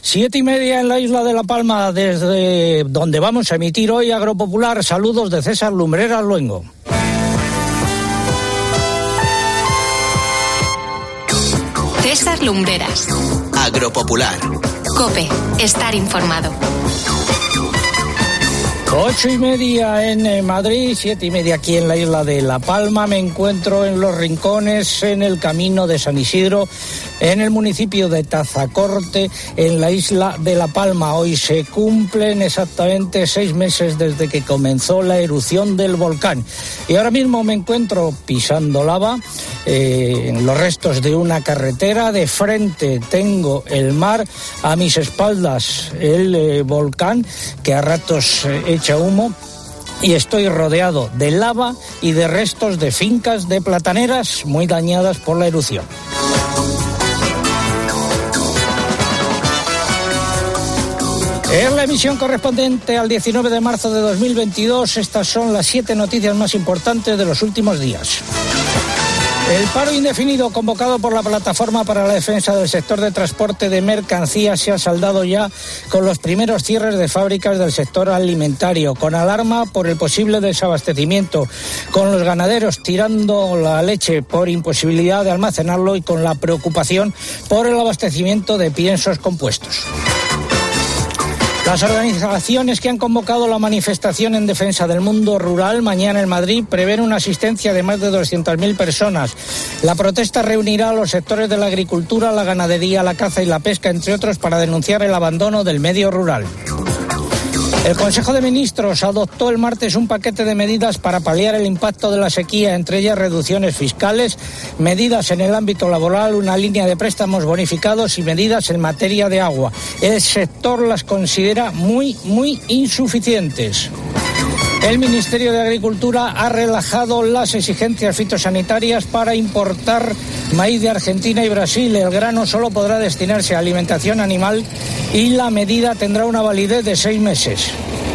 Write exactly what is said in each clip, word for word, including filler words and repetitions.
Siete y media en la isla de La Palma, desde donde vamos a emitir hoy Agropopular. Saludos de César Lumbreras Luengo. César Lumbreras. Agropopular. COPE. Estar informado. Ocho y media en Madrid, siete y media aquí en la isla de La Palma. Me encuentro en Los Rincones, en el camino de San Isidro, en el municipio de Tazacorte, en la isla de La Palma. Hoy se cumplen exactamente seis meses desde que comenzó la erupción del volcán. Y ahora mismo me encuentro pisando lava, eh, en los restos de una carretera. De frente tengo el mar, a mis espaldas el eh, volcán, que a ratos eh, echa humo. Y estoy rodeado de lava y de restos de fincas de plataneras muy dañadas por la erupción. Es la emisión correspondiente al diecinueve de marzo de dos mil veintidós. Estas son las siete noticias más importantes de los últimos días. El paro indefinido convocado por la Plataforma para la Defensa del Sector de Transporte de Mercancías se ha saldado ya con los primeros cierres de fábricas del sector alimentario, con alarma por el posible desabastecimiento, con los ganaderos tirando la leche por imposibilidad de almacenarlo y con la preocupación por el abastecimiento de piensos compuestos. Las organizaciones que han convocado la manifestación en defensa del mundo rural mañana en Madrid prevén una asistencia de más de doscientas mil personas. La protesta reunirá a los sectores de la agricultura, la ganadería, la caza y la pesca, entre otros, para denunciar el abandono del medio rural. El Consejo de Ministros adoptó el martes un paquete de medidas para paliar el impacto de la sequía, entre ellas reducciones fiscales, medidas en el ámbito laboral, una línea de préstamos bonificados y medidas en materia de agua. El sector las considera muy, muy insuficientes. El Ministerio de Agricultura ha relajado las exigencias fitosanitarias para importar maíz de Argentina y Brasil. El grano solo podrá destinarse a alimentación animal y la medida tendrá una validez de seis meses.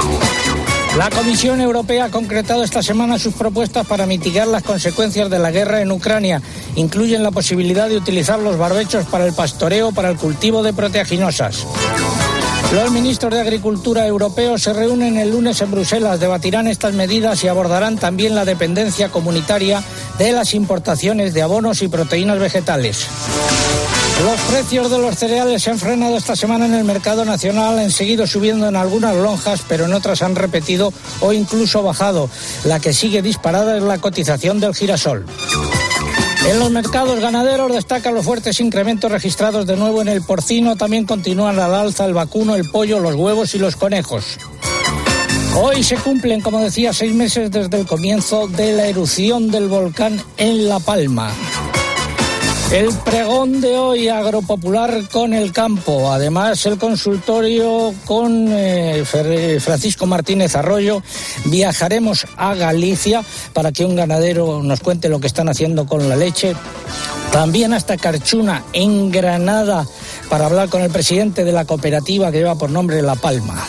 La Comisión Europea ha concretado esta semana sus propuestas para mitigar las consecuencias de la guerra en Ucrania. Incluyen la posibilidad de utilizar los barbechos para el pastoreo, para el cultivo de proteaginosas. Los ministros de Agricultura europeos se reúnen el lunes en Bruselas, debatirán estas medidas y abordarán también la dependencia comunitaria de las importaciones de abonos y proteínas vegetales. Los precios de los cereales se han frenado esta semana en el mercado nacional, han seguido subiendo en algunas lonjas, pero en otras han repetido o incluso bajado. La que sigue disparada es la cotización del girasol. En los mercados ganaderos destacan los fuertes incrementos registrados de nuevo en el porcino. También continúan al alza el vacuno, el pollo, los huevos y los conejos. Hoy se cumplen, como decía, seis meses desde el comienzo de la erupción del volcán en La Palma. El pregón de hoy, Agropopular con el campo. Además, el consultorio con eh, Francisco Martínez Arroyo. Viajaremos a Galicia para que un ganadero nos cuente lo que están haciendo con la leche. También hasta Carchuna, en Granada, para hablar con el presidente de la cooperativa que lleva por nombre La Palma.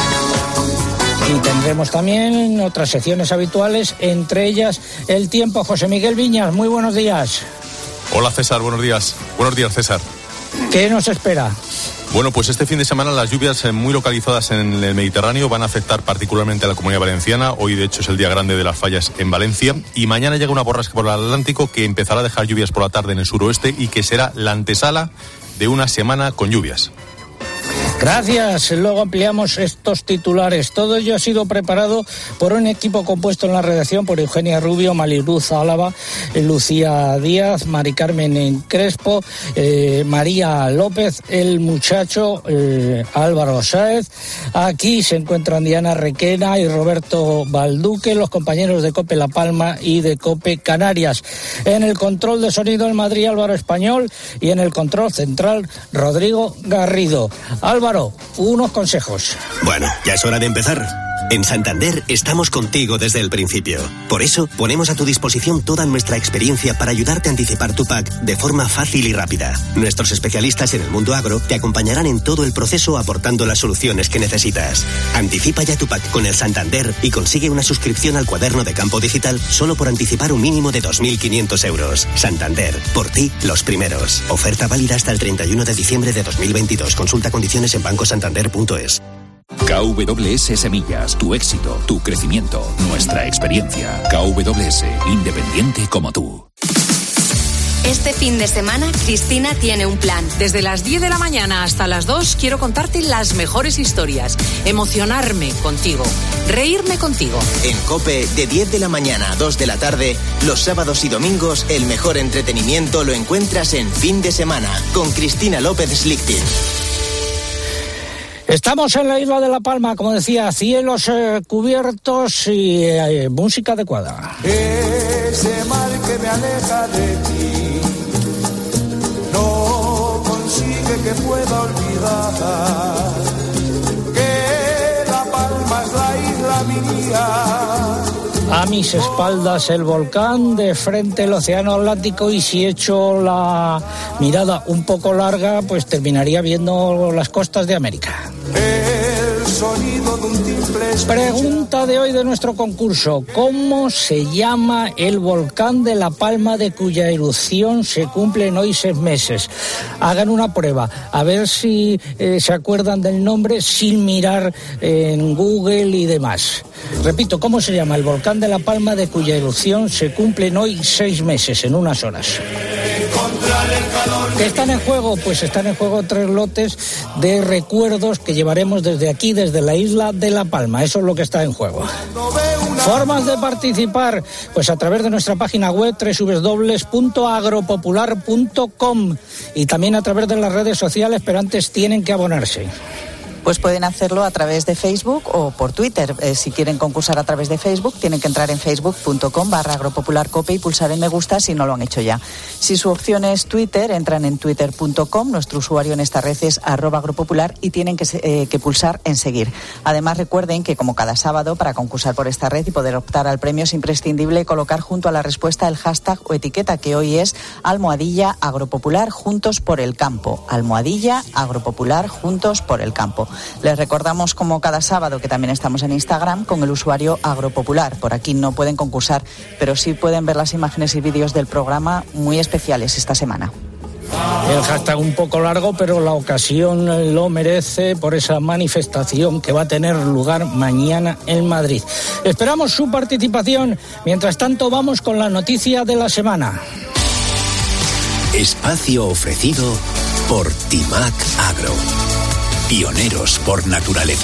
Y tendremos también otras secciones habituales, entre ellas el tiempo. José Miguel Viñas, muy buenos días. Hola César, buenos días. Buenos días, César. ¿Qué nos espera? Bueno, pues este fin de semana las lluvias muy localizadas en el Mediterráneo van a afectar particularmente a la Comunidad Valenciana. Hoy, de hecho, es el día grande de las fallas en Valencia. Y mañana llega una borrasca por el Atlántico que empezará a dejar lluvias por la tarde en el suroeste y que será la antesala de una semana con lluvias. Gracias. Luego ampliamos estos titulares. Todo ello ha sido preparado por un equipo compuesto en la redacción por Eugenia Rubio, Maliruz Álava, Lucía Díaz, Mari Carmen Crespo, eh, María López, el muchacho eh, Álvaro Sáez. Aquí se encuentran Diana Requena y Roberto Balduque, los compañeros de COPE La Palma y de COPE Canarias. En el control de sonido en Madrid, Álvaro Español, y en el control central, Rodrigo Garrido. Álvaro, unos consejos. Bueno, ya es hora de empezar. En Santander estamos contigo desde el principio. Por eso, ponemos a tu disposición toda nuestra experiencia para ayudarte a anticipar tu P A C de forma fácil y rápida. Nuestros especialistas en el mundo agro te acompañarán en todo el proceso aportando las soluciones que necesitas. Anticipa ya tu P A C con el Santander y consigue una suscripción al cuaderno de campo digital solo por anticipar un mínimo de dos mil quinientos euros. Santander, por ti, los primeros. Oferta válida hasta el treinta y uno de diciembre de dos mil veintidós. Consulta condiciones en banco santander punto es. K W S Semillas, tu éxito, tu crecimiento, nuestra experiencia. K W S, independiente como tú. Este fin de semana, Cristina tiene un plan. Desde las diez de la mañana hasta las dos quiero contarte las mejores historias, emocionarme contigo, reírme contigo. En COPE, de diez de la mañana a dos de la tarde, los sábados y domingos, el mejor entretenimiento lo encuentras en Fin de Semana, con Cristina López Slichting. Estamos en la isla de La Palma, como decía, cielos eh, cubiertos y eh, música adecuada. Ese mar que me aleja de ti no consigue que pueda olvidar que La Palma es la isla mía. A mis espaldas el volcán, de frente el océano Atlántico, y si echo la mirada un poco larga, pues terminaría viendo las costas de América. El sonido de un timbre. Pregunta de hoy de nuestro concurso: ¿cómo se llama el volcán de La Palma, de cuya erupción se cumplen hoy seis meses? Hagan una prueba, a ver si eh, se acuerdan del nombre sin mirar en Google y demás. Repito, ¿cómo se llama el volcán de La Palma, de cuya erupción se cumplen hoy seis meses, en unas horas? ¿Qué están en juego? Pues están en juego tres lotes de recuerdos que llevaremos desde aquí, desde la isla de La Palma. Eso es lo que está en juego. Formas de participar, pues a través de nuestra página web doble u doble u doble u punto agropopular punto com y también a través de las redes sociales, pero antes tienen que abonarse. Pues pueden hacerlo a través de Facebook o por Twitter. Eh, si quieren concursar a través de Facebook, tienen que entrar en facebook.com barra agropopularcope y pulsar en me gusta si no lo han hecho ya. Si su opción es Twitter, entran en twitter punto com. Nuestro usuario en esta red es arroba agropopular y tienen que, eh, que pulsar en seguir. Además, recuerden que, como cada sábado, para concursar por esta red y poder optar al premio, es imprescindible colocar junto a la respuesta el hashtag o etiqueta, que hoy es almohadilla agropopular juntos por el campo. Almohadilla agropopular juntos por el campo. Les recordamos, como cada sábado, que también estamos en Instagram con el usuario agropopular. Por aquí no pueden concursar, pero sí pueden ver las imágenes y vídeos del programa, muy especiales esta semana. El hashtag un poco largo, pero la ocasión lo merece por esa manifestación que va a tener lugar mañana en Madrid. Esperamos su participación. Mientras tanto, vamos con la noticia de la semana. Espacio ofrecido por Timac Agro. Pioneros por naturaleza.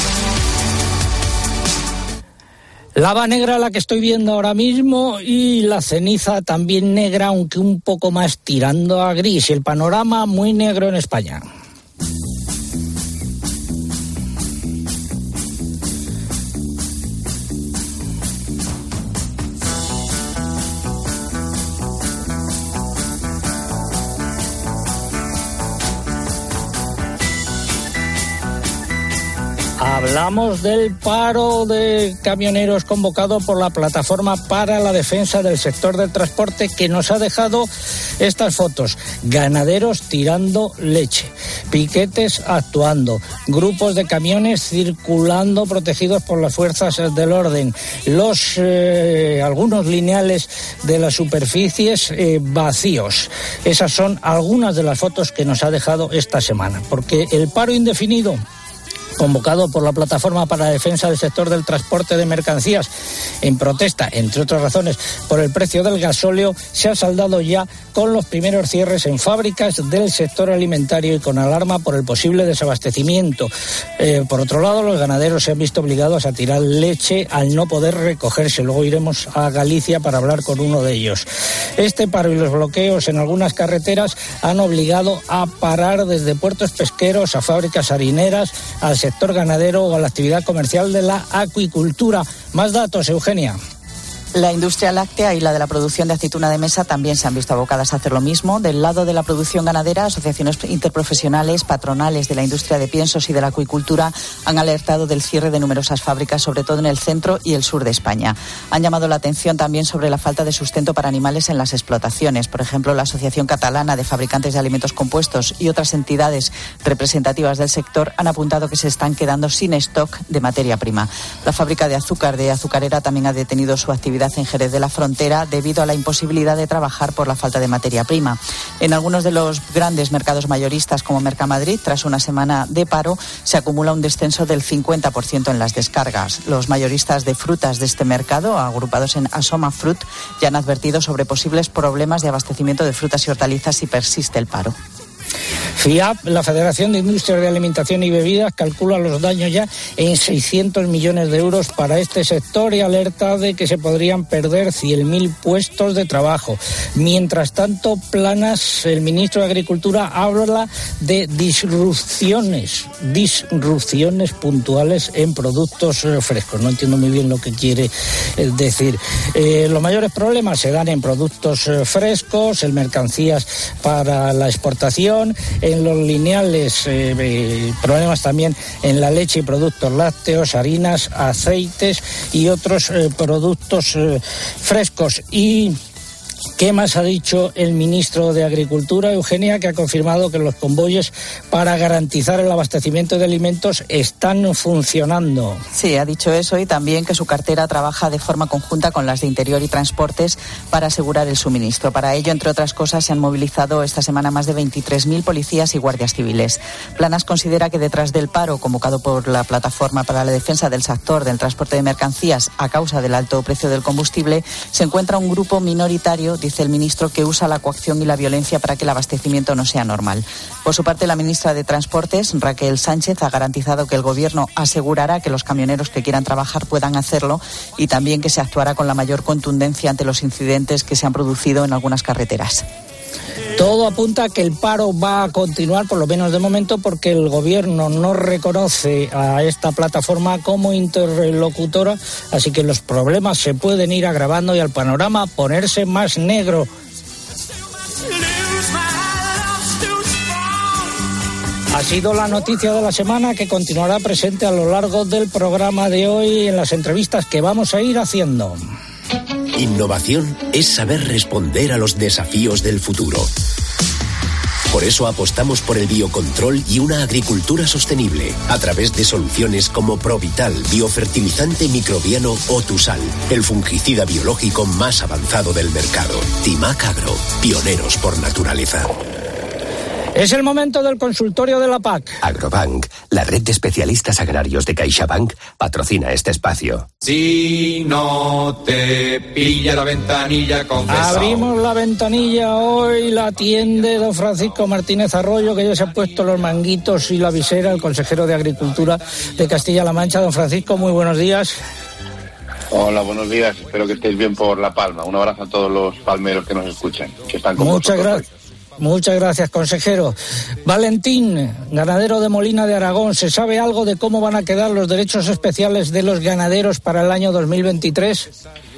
Lava negra la que estoy viendo ahora mismo, y la ceniza también negra, aunque un poco más tirando a gris. El panorama muy negro en España. Hablamos del paro de camioneros convocado por la Plataforma para la Defensa del Sector del Transporte, que nos ha dejado estas fotos: ganaderos tirando leche, piquetes actuando, grupos de camiones circulando protegidos por las fuerzas del orden, los eh, algunos lineales de las superficies eh, vacíos. Esas son algunas de las fotos que nos ha dejado esta semana, porque el paro indefinido convocado por la Plataforma para la Defensa del Sector del Transporte de Mercancías, en protesta, entre otras razones, por el precio del gasóleo, se ha saldado ya con los primeros cierres en fábricas del sector alimentario y con alarma por el posible desabastecimiento. Eh, por otro lado, los ganaderos se han visto obligados a tirar leche al no poder recogerse. Luego iremos a Galicia para hablar con uno de ellos. Este paro y los bloqueos en algunas carreteras han obligado a parar desde puertos pesqueros a fábricas harineras, al sector ganadero o a la actividad comercial de la acuicultura. Más datos, Eugenia. La industria láctea y la de la producción de aceituna de mesa también se han visto abocadas a hacer lo mismo. Del lado de la producción ganadera, asociaciones interprofesionales, patronales de la industria de piensos y de la acuicultura han alertado del cierre de numerosas fábricas, sobre todo en el centro y el sur de España. Han llamado la atención también sobre la falta de sustento para animales en las explotaciones. Por ejemplo, la Asociación Catalana de Fabricantes de Alimentos Compuestos y otras entidades representativas del sector han apuntado que se están quedando sin stock de materia prima. La fábrica de azúcar de Azucarera también ha detenido su actividad en Jerez de la Frontera debido a la imposibilidad de trabajar por la falta de materia prima. En algunos de los grandes mercados mayoristas como Mercamadrid, tras una semana de paro, se acumula un descenso del cincuenta por ciento en las descargas. Los mayoristas de frutas de este mercado, agrupados en Asoma Fruit, ya han advertido sobre posibles problemas de abastecimiento de frutas y hortalizas si persiste el paro. FIAP, la Federación de Industrias de Alimentación y Bebidas, calcula los daños ya en seiscientos millones de euros para este sector y alerta de que se podrían perder cien mil puestos de trabajo. Mientras tanto, Planas, el ministro de Agricultura, habla de disrupciones, disrupciones puntuales en productos frescos. No entiendo muy bien lo que quiere decir. Eh, los mayores problemas se dan en productos frescos, en mercancías para la exportación, en los lineales, eh, eh, problemas también en la leche y productos lácteos, harinas, aceites y otros eh, productos eh, frescos. Y ¿qué más ha dicho el ministro de Agricultura, Eugenia, que ha confirmado que los convoyes para garantizar el abastecimiento de alimentos están funcionando? Sí, ha dicho eso y también que su cartera trabaja de forma conjunta con las de Interior y Transportes para asegurar el suministro. Para ello, entre otras cosas, se han movilizado esta semana más de veintitrés mil policías y guardias civiles. Planas considera que detrás del paro convocado por la Plataforma para la Defensa del Sector del Transporte de Mercancías a causa del alto precio del combustible se encuentra un grupo minoritario, dice el ministro, que usa la coacción y la violencia para que el abastecimiento no sea normal. Por su parte, la ministra de Transportes, Raquel Sánchez, ha garantizado que el Gobierno asegurará que los camioneros que quieran trabajar puedan hacerlo y también que se actuará con la mayor contundencia ante los incidentes que se han producido en algunas carreteras. Todo apunta a que el paro va a continuar, por lo menos de momento, porque el Gobierno no reconoce a esta plataforma como interlocutora, así que los problemas se pueden ir agravando y al panorama ponerse más negro. Ha sido la noticia de la semana que continuará presente a lo largo del programa de hoy en las entrevistas que vamos a ir haciendo. Innovación es saber responder a los desafíos del futuro. Por eso apostamos por el biocontrol y una agricultura sostenible a través de soluciones como Provital, biofertilizante microbiano o Tusal, el fungicida biológico más avanzado del mercado. Timac Agro, pioneros por naturaleza. Es el momento del consultorio de la P A C. Agrobank, la red de especialistas agrarios de CaixaBank, patrocina este espacio. Si no te pilla la ventanilla, confesado. Abrimos la ventanilla hoy, la atiende don Francisco Martínez Arroyo, que ya se ha puesto los manguitos y la visera, el consejero de Agricultura de Castilla-La Mancha. Don Francisco, muy buenos días. Hola, buenos días. Espero que estéis bien por La Palma. Un abrazo a todos los palmeros que nos escuchan, que están con Muchas vosotros. gracias. Muchas gracias, consejero. Valentín, ganadero de Molina de Aragón, ¿se sabe algo de cómo van a quedar los derechos especiales de los ganaderos para el año dos mil veintitrés?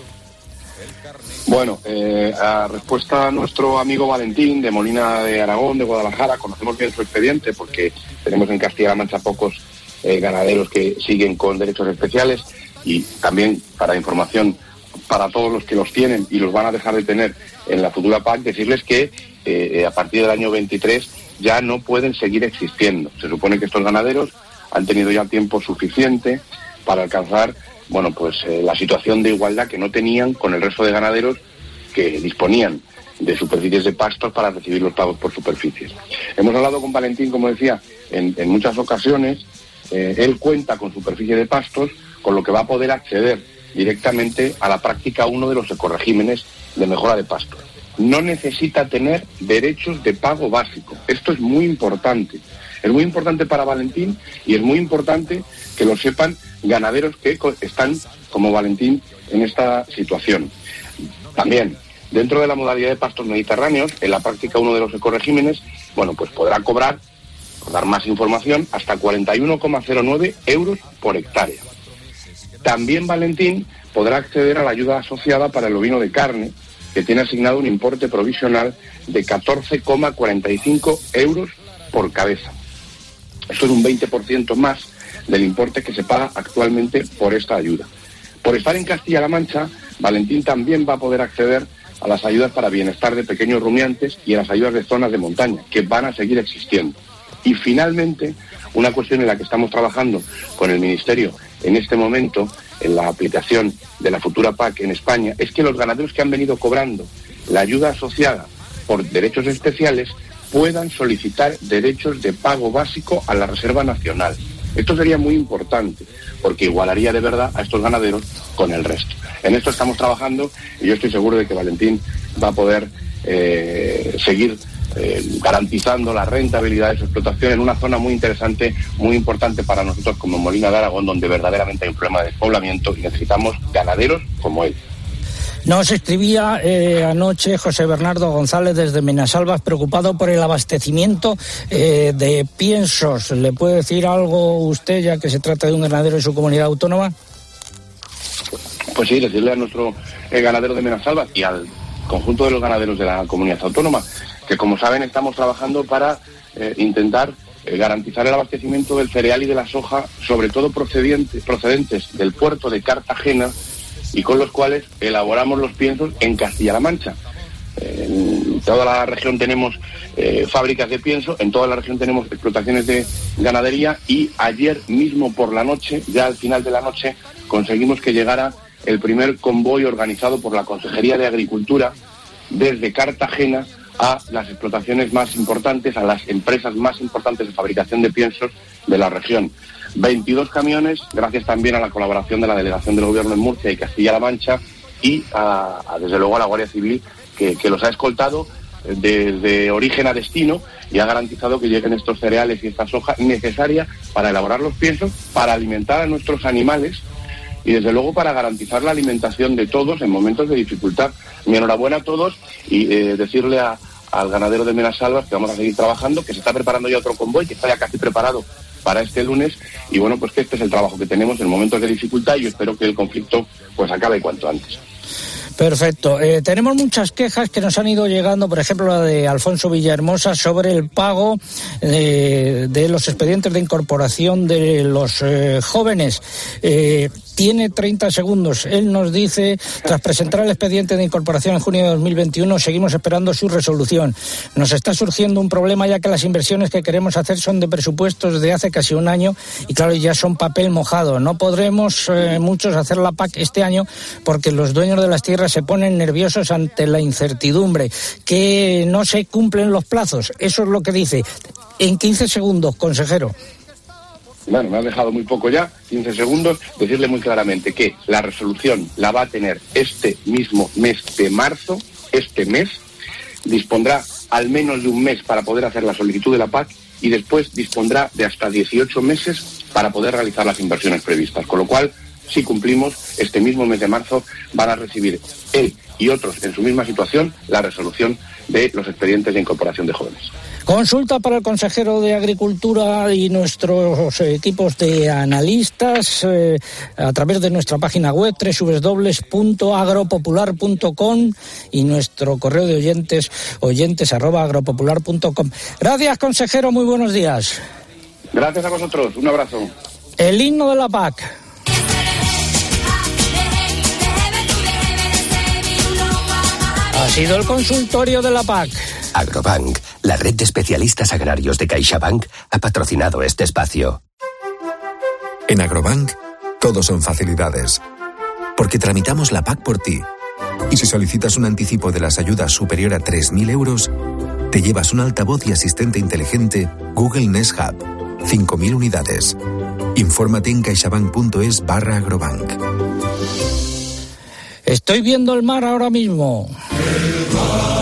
Bueno, eh, a respuesta a nuestro amigo Valentín de Molina de Aragón, de Guadalajara, conocemos bien su expediente porque tenemos en Castilla-La Mancha pocos eh, ganaderos que siguen con derechos especiales y también, para información para todos los que los tienen y los van a dejar de tener en la futura P A C, decirles que eh, a partir del año veintitrés ya no pueden seguir existiendo. Se supone que estos ganaderos han tenido ya tiempo suficiente para alcanzar, bueno, pues eh, la situación de igualdad que no tenían con el resto de ganaderos que disponían de superficies de pastos para recibir los pagos por superficies. Hemos hablado con Valentín, como decía, en, en muchas ocasiones. Eh, él cuenta con superficie de pastos, con lo que va a poder acceder directamente a la práctica uno de los ecoregímenes de mejora de pastos. No necesita tener derechos de pago básico. Esto es muy importante. Es muy importante para Valentín y es muy importante que lo sepan ganaderos que están, como Valentín, en esta situación. También, dentro de la modalidad de pastos mediterráneos, en la práctica uno de los ecoregímenes, bueno, pues podrá cobrar, por dar más información, hasta cuarenta y uno coma cero nueve euros por hectárea. También Valentín podrá acceder a la ayuda asociada para el ovino de carne, que tiene asignado un importe provisional de catorce coma cuarenta y cinco euros por cabeza. Esto es un veinte por ciento más del importe que se paga actualmente por esta ayuda. Por estar en Castilla-La Mancha, Valentín también va a poder acceder a las ayudas para bienestar de pequeños rumiantes y a las ayudas de zonas de montaña, que van a seguir existiendo. Y finalmente, una cuestión en la que estamos trabajando con el Ministerio en este momento, en la aplicación de la futura P A C en España, es que los ganaderos que han venido cobrando la ayuda asociada por derechos especiales puedan solicitar derechos de pago básico a la Reserva Nacional. Esto sería muy importante, porque igualaría de verdad a estos ganaderos con el resto. En esto estamos trabajando y yo estoy seguro de que Valentín va a poder eh, seguir eh, garantizando la rentabilidad de su explotación en una zona muy interesante, muy importante para nosotros como Molina de Aragón, donde verdaderamente hay un problema de despoblamiento y necesitamos ganaderos como él. Nos escribía eh, anoche José Bernardo González desde Menasalvas, preocupado por el abastecimiento eh, de piensos. ¿Le puede decir algo usted, ya que se trata de un ganadero de su comunidad autónoma? Pues sí, decirle a nuestro eh, ganadero de Menasalvas y al conjunto de los ganaderos de la comunidad autónoma que, como saben, estamos trabajando para eh, intentar eh, garantizar el abastecimiento del cereal y de la soja, sobre todo procedentes, procedentes del puerto de Cartagena, y con los cuales elaboramos los piensos en Castilla-La Mancha. En toda la región tenemos eh, fábricas de pienso, en toda la región tenemos explotaciones de ganadería, y ayer mismo por la noche, ya al final de la noche, conseguimos que llegara el primer convoy organizado por la Consejería de Agricultura desde Cartagena a las explotaciones más importantes, a las empresas más importantes de fabricación de piensos de la región. veintidós camiones, gracias también a la colaboración de la Delegación del Gobierno en Murcia y Castilla-La Mancha y, a, a, desde luego, a la Guardia Civil, que, que los ha escoltado desde origen a destino y ha garantizado que lleguen estos cereales y esta soja necesaria para elaborar los piensos, para alimentar a nuestros animales y, desde luego, para garantizar la alimentación de todos en momentos de dificultad. Mi enhorabuena a todos y eh, decirle a, al ganadero de Menasalvas que vamos a seguir trabajando, que se está preparando ya otro convoy, que está ya casi preparado para este lunes, y bueno, pues que este es el trabajo que tenemos en momentos de dificultad, y yo espero que el conflicto pues acabe cuanto antes. Perfecto. Eh, tenemos muchas quejas que nos han ido llegando, por ejemplo la de Alfonso Villahermosa sobre el pago eh, de los expedientes de incorporación de los eh, jóvenes. Eh, tiene treinta segundos. Él nos dice, tras presentar el expediente de incorporación en junio de dos mil veintiuno, seguimos esperando su resolución. Nos está surgiendo un problema, ya que las inversiones que queremos hacer son de presupuestos de hace casi un año y, claro, ya son papel mojado. No podremos eh, muchos hacer la P A C este año porque los dueños de las tierras se ponen nerviosos ante la incertidumbre, que no se cumplen los plazos. Eso es lo que dice. En quince segundos, consejero. Bueno, me ha dejado muy poco ya, quince segundos, decirle muy claramente que la resolución la va a tener este mismo mes de marzo, este mes, dispondrá al menos de un mes para poder hacer la solicitud de la P A C y después dispondrá de hasta dieciocho meses para poder realizar las inversiones previstas, con lo cual, si cumplimos, este mismo mes de marzo van a recibir él y otros en su misma situación la resolución de los expedientes de incorporación de jóvenes. Consulta para el consejero de Agricultura y nuestros equipos de analistas eh, a través de nuestra página web doble u doble u doble u punto agropopular punto com y nuestro correo de oyentes oyentes arroba agropopular punto com. Gracias, consejero, muy buenos días. Gracias a vosotros, un abrazo. El himno de la P A C. Ha sido el consultorio de la P A C. Agrobank, la red de especialistas agrarios de CaixaBank, ha patrocinado este espacio. En Agrobank, todo son facilidades. Porque tramitamos la P A C por ti. Y si solicitas un anticipo de las ayudas superior a tres mil euros, te llevas un altavoz y asistente inteligente Google Nest Hub. cinco mil unidades. Infórmate en caixabank.es barra agrobank. Estoy viendo el mar ahora mismo. El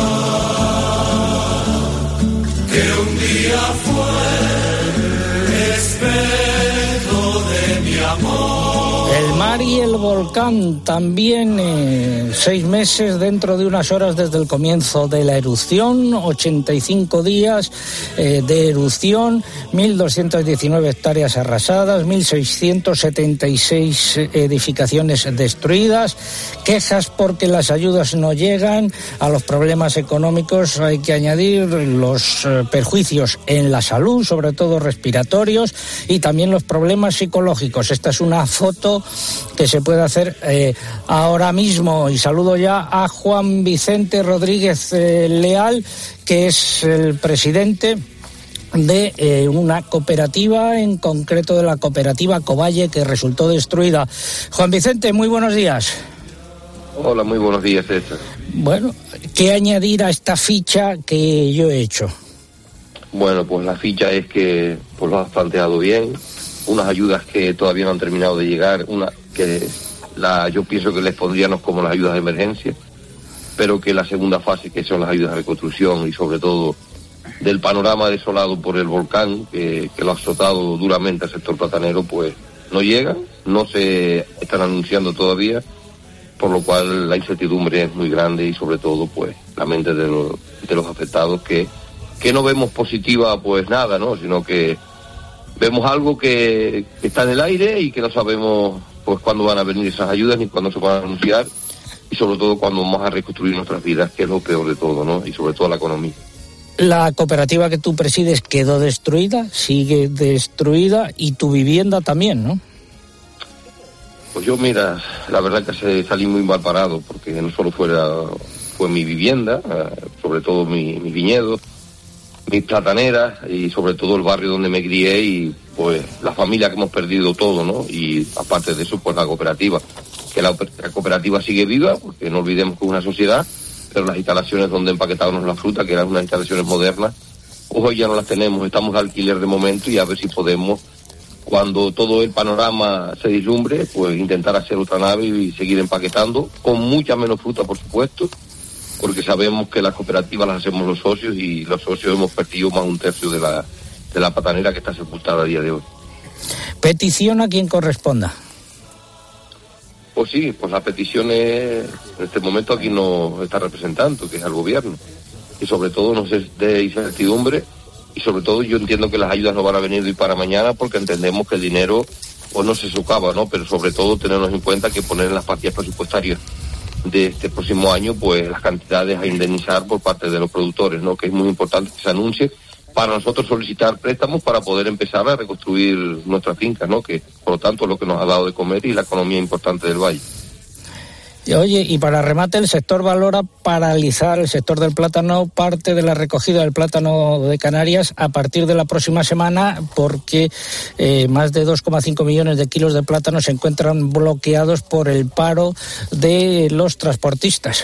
mar que un día fue espejo de mi amor. El mar Canari el volcán, también eh, seis meses dentro de unas horas desde el comienzo de la erupción, ochenta y cinco días eh, de erupción, mil doscientas diecinueve hectáreas arrasadas, mil seiscientas setenta y seis edificaciones destruidas, quejas porque las ayudas no llegan, a los problemas económicos hay que añadir los eh, perjuicios en la salud, sobre todo respiratorios, y también los problemas psicológicos. Esta es una foto que se puede hacer eh, ahora mismo, y saludo ya a Juan Vicente Rodríguez eh, Leal, que es el presidente de eh, una cooperativa, en concreto de la cooperativa Covalle, que resultó destruida. Juan Vicente, muy buenos días. Hola, muy buenos días, César. Bueno, ¿qué añadir a esta ficha que yo he hecho? Bueno, pues la ficha es que pues lo has planteado bien, unas ayudas que todavía no han terminado de llegar, una que la yo pienso que les pondríamos como las ayudas de emergencia, pero que la segunda fase, que son las ayudas de reconstrucción y sobre todo del panorama desolado por el volcán, que, que lo ha azotado duramente al sector platanero, pues no llegan, no se están anunciando todavía, por lo cual la incertidumbre es muy grande y sobre todo pues la mente de los, de los afectados que que no vemos positiva pues nada, ¿no? Sino que vemos algo que, que está en el aire y que no sabemos pues cuándo van a venir esas ayudas ni cuándo se van a anunciar, y sobre todo cuándo vamos a reconstruir nuestras vidas, que es lo peor de todo, ¿no? Y sobre todo la economía. La cooperativa que tú presides quedó destruida, sigue destruida, y tu vivienda también, ¿no? Pues yo, mira, la verdad que salí muy mal parado, porque no solo fuera fue mi vivienda, sobre todo mi, mi viñedo, mis plataneras y sobre todo el barrio donde me crié, y pues la familia que hemos perdido todo, ¿no? Y aparte de eso, pues la cooperativa, que la, la cooperativa sigue viva, porque no olvidemos que es una sociedad, pero las instalaciones donde empaquetábamos la fruta, que eran unas instalaciones modernas, pues hoy ya no las tenemos, estamos de alquiler de momento, y a ver si podemos, cuando todo el panorama se vislumbre, pues intentar hacer otra nave y seguir empaquetando, con mucha menos fruta, por supuesto, porque sabemos que las cooperativas las hacemos los socios, y los socios hemos perdido más de un tercio de la, de la patanera que está sepultada a día de hoy. ¿Petición a quien corresponda? Pues sí, pues la petición es, en este momento aquí nos está representando, que es al gobierno, y sobre todo nos es de incertidumbre, y sobre todo yo entiendo que las ayudas no van a venir de hoy para mañana, porque entendemos que el dinero pues no se socava, ¿no? Pero sobre todo tenernos en cuenta que poner en las partidas presupuestarias de este próximo año pues las cantidades a indemnizar por parte de los productores, ¿no? Que es muy importante que se anuncie para nosotros solicitar préstamos para poder empezar a reconstruir nuestras fincas, ¿no? Que por lo tanto es lo que nos ha dado de comer y la economía importante del valle. Y, oye, y para remate, el sector valora paralizar, el sector del plátano, parte de la recogida del plátano de Canarias a partir de la próxima semana, porque eh, más de dos coma cinco millones de kilos de plátano se encuentran bloqueados por el paro de los transportistas.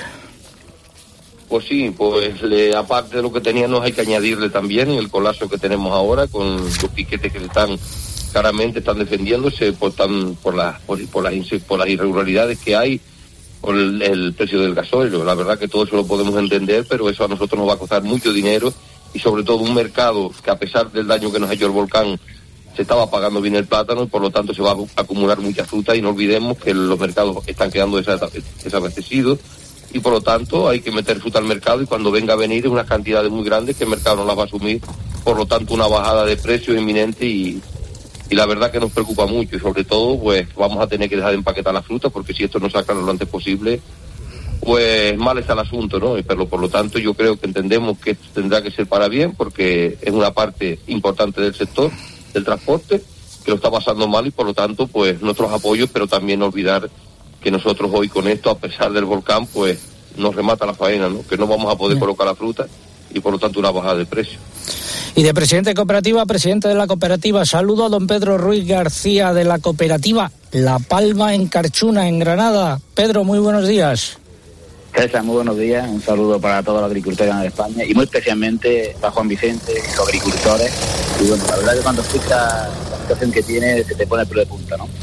Pues sí, pues le, aparte de lo que teníamos hay que añadirle también el colapso que tenemos ahora con los piquetes que están claramente están defendiéndose por, tan, por, las, por, por, las, por las irregularidades que hay, por el, el precio del gasóleo. La verdad que todo eso lo podemos entender, pero eso a nosotros nos va a costar mucho dinero, y sobre todo un mercado que, a pesar del daño que nos ha hecho el volcán, se estaba pagando bien el plátano, y por lo tanto se va a acumular mucha fruta, y no olvidemos que los mercados están quedando desabastecidos, y por lo tanto hay que meter fruta al mercado, y cuando venga a venir es unas cantidades muy grandes que el mercado no las va a asumir, por lo tanto una bajada de precios inminente, y y la verdad que nos preocupa mucho, y sobre todo pues vamos a tener que dejar de empaquetar la fruta, porque si esto no se aclara lo antes posible, pues mal está el asunto, ¿no? Pero por lo tanto yo creo que entendemos que esto tendrá que ser para bien, porque es una parte importante del sector del transporte que lo está pasando mal, y por lo tanto pues nuestros apoyos, pero también no olvidar que nosotros hoy con esto, a pesar del volcán, pues nos remata la faena, ¿no? Que no vamos a poder colocar la fruta, y por lo tanto una bajada de precio. Y de presidente de cooperativa, presidente de la cooperativa, saludo a don Pedro Ruiz García de la cooperativa La Palma en Carchuna, en Granada. Pedro, muy buenos días. César, muy buenos días. Un saludo para todos los agricultores de España, y muy especialmente para Juan Vicente y los agricultores. Y bueno, la verdad que cuando escuchas la situación que tiene, se te pone el pelo de punta, ¿no?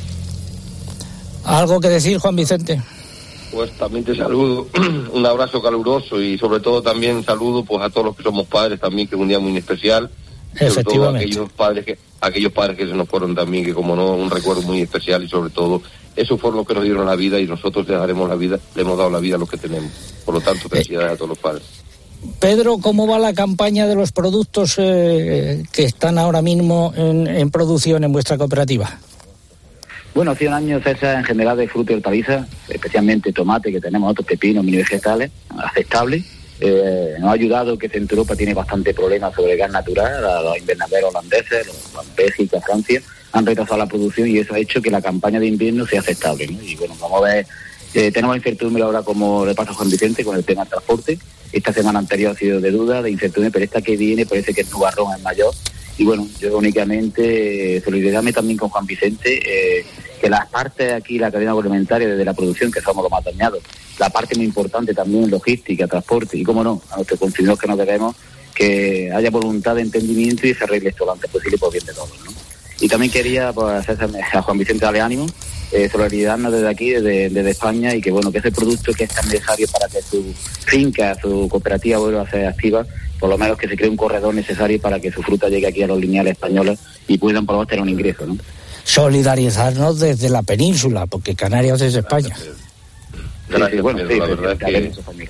¿Algo que decir, Juan Vicente? Pues también te saludo, un abrazo caluroso, y sobre todo también saludo pues a todos los que somos padres también, que es un día muy especial, Efectivamente. Aquellos padres que aquellos padres que se nos fueron también, que como no, un recuerdo muy especial, y sobre todo, esos fueron los que nos dieron la vida y nosotros les daremos la vida, le hemos dado la vida a los que tenemos. Por lo tanto, felicidades a todos los padres. Pedro, ¿cómo va la campaña de los productos eh, que están ahora mismo en, en producción en vuestra cooperativa? Bueno, hace un año, César, en general de fruta y hortalizas, especialmente tomate, que tenemos otros pepinos, mini vegetales, aceptables. Eh, nos ha ayudado que Centro Europa tiene bastante problemas sobre el gas natural. A los invernaderos holandeses, los Bélgica, Francia, han retrasado la producción y eso ha hecho que la campaña de invierno sea aceptable, ¿no? Y bueno, vamos a ver, eh, tenemos incertidumbre ahora, como le pasa a Juan Vicente, con el tema del transporte. Esta semana anterior ha sido de duda, de incertidumbre, pero esta que viene parece que el nubarrón es mayor. Y bueno, yo únicamente eh, solidarizarme también con Juan Vicente, eh, que las partes aquí, la cadena agroalimentaria, desde la producción, que somos los más dañados, la parte muy importante también, logística, transporte, y cómo no, a nuestros consumidores que nos debemos, que haya voluntad de entendimiento y se arregle esto lo antes posible por bien de todos, ¿no? Y también quería pues, hacerse a Juan Vicente darle ánimo, eh, solidarizarnos desde aquí, desde, desde España, y que bueno, que ese producto que es tan necesario para que su finca, su cooperativa vuelva a ser activa, por lo menos que se cree un corredor necesario para que su fruta llegue aquí a los lineales españoles y puedan por lo menos tener un ingreso, ¿no? Solidarizarnos desde la península, porque Canarias es España. Gracias, sí, sí, bueno, sí, la verdad es que...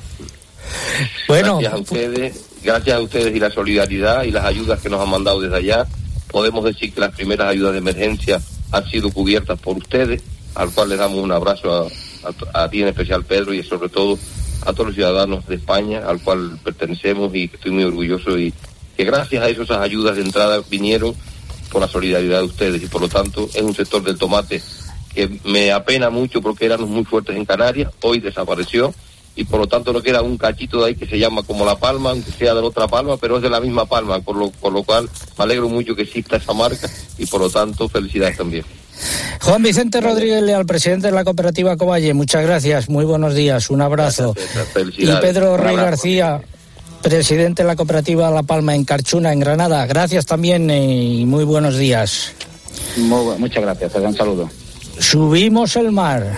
Bueno, gracias a ustedes, gracias a ustedes y la solidaridad y las ayudas que nos han mandado desde allá, podemos decir que las primeras ayudas de emergencia han sido cubiertas por ustedes, al cual les damos un abrazo a, a, a ti en especial, Pedro, y sobre todo a todos los ciudadanos de España, al cual pertenecemos, y estoy muy orgulloso, y que gracias a eso esas ayudas de entrada vinieron por la solidaridad de ustedes, y por lo tanto es un sector del tomate que me apena mucho porque éramos muy fuertes en Canarias, hoy desapareció, y por lo tanto no queda un cachito de ahí que se llama como La Palma, aunque sea de la otra palma, pero es de la misma palma, por lo, por lo cual me alegro mucho que exista esa marca, y por lo tanto felicidades también. Juan Vicente Rodríguez Leal, presidente de la cooperativa Covalle, muchas gracias, muy buenos días, un abrazo. Gracias, y Pedro Rey García, presidente de la cooperativa La Palma en Carchuna, en Granada, gracias también y muy buenos días. Muy, muchas gracias, un saludo. Subimos el mar.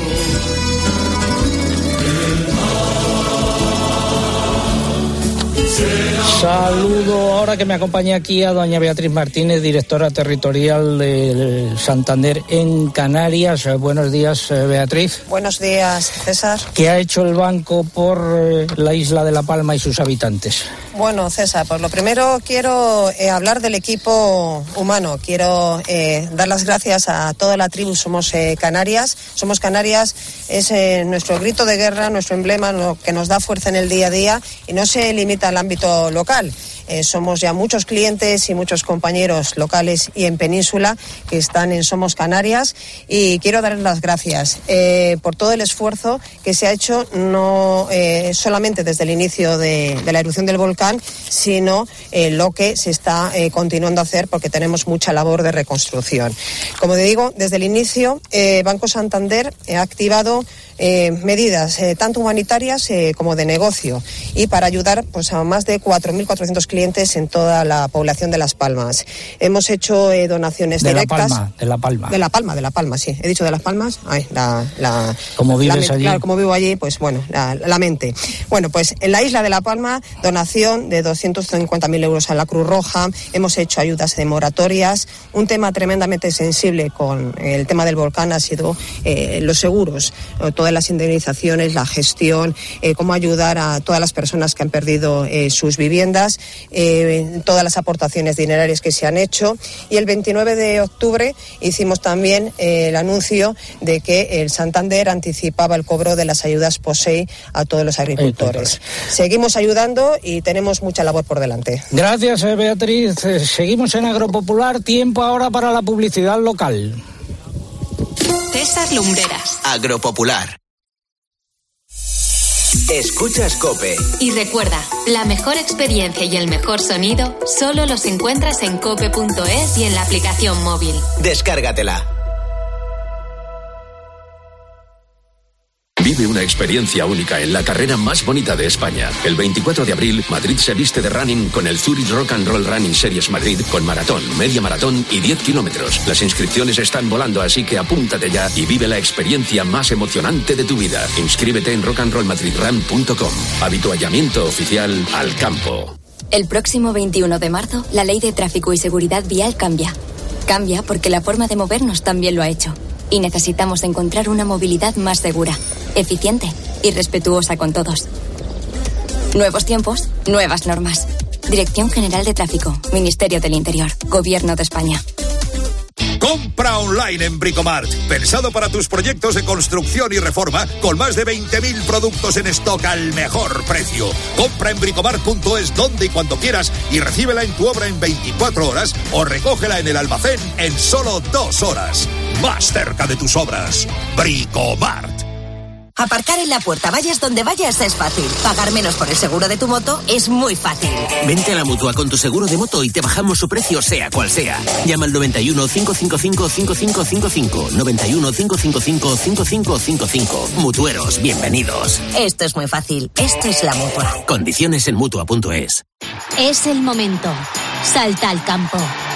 Saludo ahora que me acompaña aquí a doña Beatriz Martínez, directora territorial de Santander en Canarias. Buenos días, Beatriz. Buenos días, César. ¿Qué ha hecho el banco por la isla de La Palma y sus habitantes? Bueno, César, pues lo primero quiero eh, hablar del equipo humano. Quiero eh, dar las gracias a toda la tribu Somos eh, Canarias. Somos Canarias es eh, nuestro grito de guerra, nuestro emblema, lo que nos da fuerza en el día a día y no se limita al ámbito local. Eh, somos ya muchos clientes y muchos compañeros locales y en Península que están en Somos Canarias, y quiero darles las gracias eh, por todo el esfuerzo que se ha hecho, no eh, solamente desde el inicio de, de la erupción del volcán, sino eh, lo que se está eh, continuando a hacer, porque tenemos mucha labor de reconstrucción. Como te digo, desde el inicio eh, Banco Santander ha activado Eh, medidas eh, tanto humanitarias eh, como de negocio, y para ayudar pues a más de cuatro mil cuatrocientos clientes en toda la población de Las Palmas. Hemos hecho eh, donaciones de directas. La Palma, de La Palma. De La Palma, de La Palma, sí. He dicho de Las Palmas. Ay, la, la, como vives la, allí. Claro, como vivo allí, pues bueno, la, la mente. Bueno, pues en la isla de La Palma, donación de doscientos cincuenta mil euros a la Cruz Roja. Hemos hecho ayudas de moratorias. Un tema tremendamente sensible con el tema del volcán ha sido eh, los seguros, todas las indemnizaciones, la gestión, eh, cómo ayudar a todas las personas que han perdido eh, sus viviendas, eh, todas las aportaciones dinerarias que se han hecho. Y el veintinueve de octubre hicimos también eh, el anuncio de que el Santander anticipaba el cobro de las ayudas POSEI a todos los agricultores. Seguimos ayudando y tenemos mucha labor por delante. Gracias, Beatriz. Seguimos en Agropopular. Tiempo ahora para la publicidad local. César Lumbreras. Agropopular. Escuchas COPE. Y recuerda, la mejor experiencia y el mejor sonido solo los encuentras en cope punto es y en la aplicación móvil. Descárgatela. Vive una experiencia única en la carrera más bonita de España. El veinticuatro de abril, Madrid se viste de running con el Zurich Rock and Roll Running Series Madrid, con maratón, media maratón y diez kilómetros. Las inscripciones están volando, así que apúntate ya y vive la experiencia más emocionante de tu vida. Inscríbete en rock and roll madrid run punto com. Habituallamiento oficial al campo. El próximo veintiuno de marzo, la Ley de Tráfico y Seguridad Vial cambia. Cambia porque la forma de movernos también lo ha hecho. Y necesitamos encontrar una movilidad más segura, eficiente y respetuosa con todos. Nuevos tiempos, nuevas normas. Dirección General de Tráfico, Ministerio del Interior, Gobierno de España. Compra online en Bricomart, pensado para tus proyectos de construcción y reforma, con más de veinte mil productos en stock al mejor precio. Compra en bricomart punto es donde y cuando quieras y recíbela en tu obra en veinticuatro horas o recógela en el almacén en solo dos horas. Más cerca de tus obras. Bricomart. Aparcar en la puerta, vayas donde vayas, es fácil. Pagar menos por el seguro de tu moto es muy fácil. Vente a la Mutua con tu seguro de moto y te bajamos su precio sea cual sea. Llama al noventa y uno, cinco cinco cinco, cinco cinco cinco cinco. noventa y uno, cinco cinco cinco, cinco cinco cinco cinco. Mutueros, bienvenidos. Esto es muy fácil. Esto es la Mutua. Condiciones en Mutua punto es. Es el momento. Salta al campo.